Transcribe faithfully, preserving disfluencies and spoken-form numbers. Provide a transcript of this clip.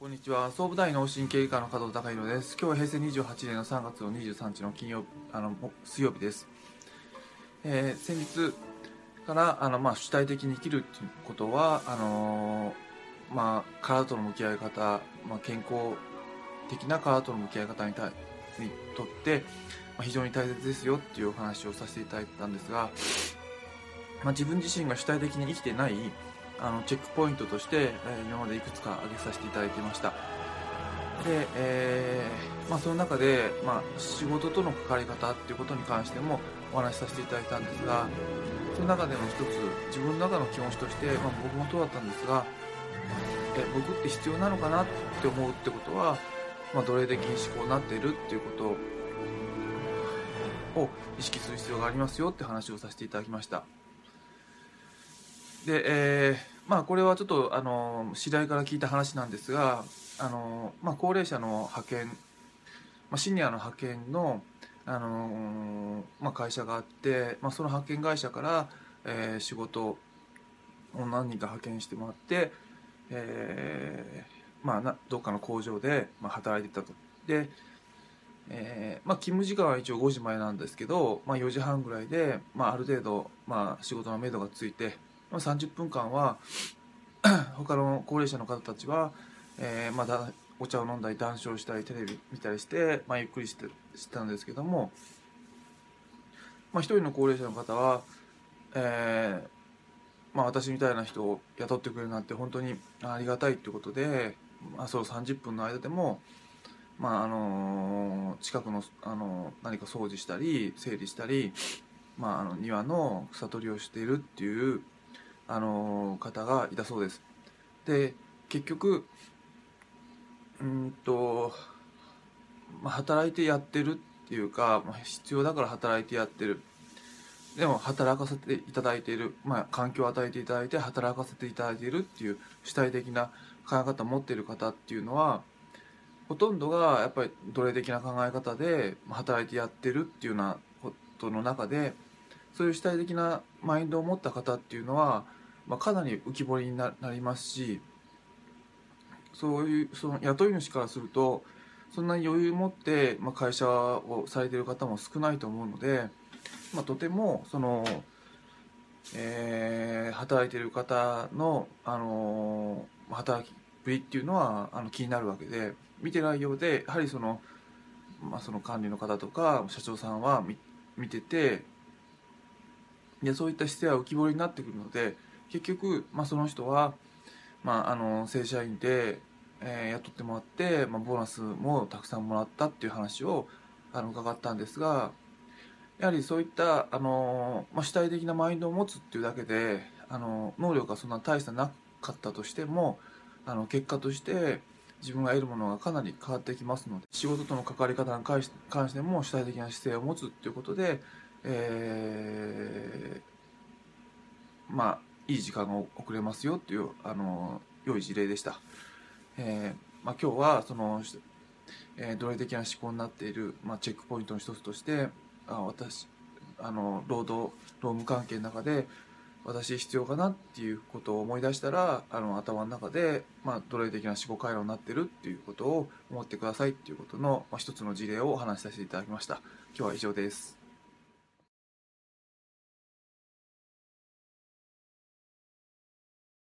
こんにちは。総武大脳神経外科の加藤孝弘です。今日は平成にじゅうはちねんのさんがつのにじゅうさんにちの金曜あの水曜日です。えー、先日からあの、まあ、主体的に生きるということはあのー、まあ、体との向き合い方、まあ、健康的な体との向き合い方にたにとって、まあ、非常に大切ですよっていうお話をさせていただいたんですが、まあ、自分自身が主体的に生きてないあのチェックポイントとして、えー、今までいくつか挙げさせていただいていました。で、えーまあ、その中で、まあ、仕事との関わり方っていうことに関してもお話しさせていただいたんですが、その中での一つ、自分の中の気持ちとして、まあ、僕もそうだったんですが、え僕って必要なのかなって思うってことは、まあ、奴隷的に思考になっているっていうことを意識する必要がありますよって話をさせていただきました。で、えーまあ、これはちょっとあの知り合いから聞いた話なんですが、あの、まあ、高齢者の派遣、まあ、シニアの派遣の、あのまあ、会社があって、まあ、その派遣会社から、えー仕事を何人か派遣してもらって、えーまあ、などっかの工場で、まあ、働いてたと。で、えーまあ、勤務時間は一応ごじまえなんですけど、まあ、よじはんぐらいで、まあ、ある程度、まあ、仕事のめどがついて、まあ、さんじゅっぷんかんは他の高齢者の方たちは、えーまあ、だお茶を飲んだり談笑したりテレビ見たりして、まあ、ゆっくりしてしてたんですけども、まあ、一人の高齢者の方は、えーまあ、私みたいな人を雇ってくれるなんて本当にありがたいということで、まあ、そのさんじゅっぷんの間でも、まああの近くの、あの何か掃除したり整理したり、まあ、あの庭の草取りをしているっていう、あの方がいたそうです。で結局うんと、まあ、働いてやってるっていうか、まあ、必要だから働いてやってる、でも働かせていただいている、まあ、環境を与えていただいて働かせていただいているっていう主体的な考え方を持っている方っていうのは、ほとんどがやっぱり奴隷的な考え方で働いてやってるっていうようなことの中で、そういう主体的なマインドを持った方っていうのは、まあ、かなり浮き彫りになりますし、そういうその雇い主からするとそんなに余裕を持って、まあ、会社をされている方も少ないと思うので、まあ、とてもその、えー働いている方の、あの働きぶりっていうのはあの気になるわけで、見てないようでやはりその、まあ、その管理の方とか社長さんは見見てて、でそういった姿勢は浮き彫りになってくるので、結局、まあ、その人は、まあ、あの正社員で、えー雇ってもらって、まあ、ボーナスもたくさんもらったっていう話をあの伺ったんですが、やはりそういったあの、まあ、主体的なマインドを持つっていうだけで、あの能力がそんな大差なかったとしても、あの結果として自分が得るものがかなり変わってきますので、仕事との関わり方に関し関しても主体的な姿勢を持つっていうことで、えーまあいい時間が遅れますよっていう、あの良い事例でした。えーまあ、今日はその、えー奴隷的な思考になっている、まあ、チェックポイントの一つとして、あ私あの労働労務関係の中で私必要かなっていうことを思い出したら、あの頭の中で、まあ、奴隷的な思考回路になってるっていうことを思ってくださいっていうことの、まあ、一つの事例をお話しさせていただきました。今日は以上です。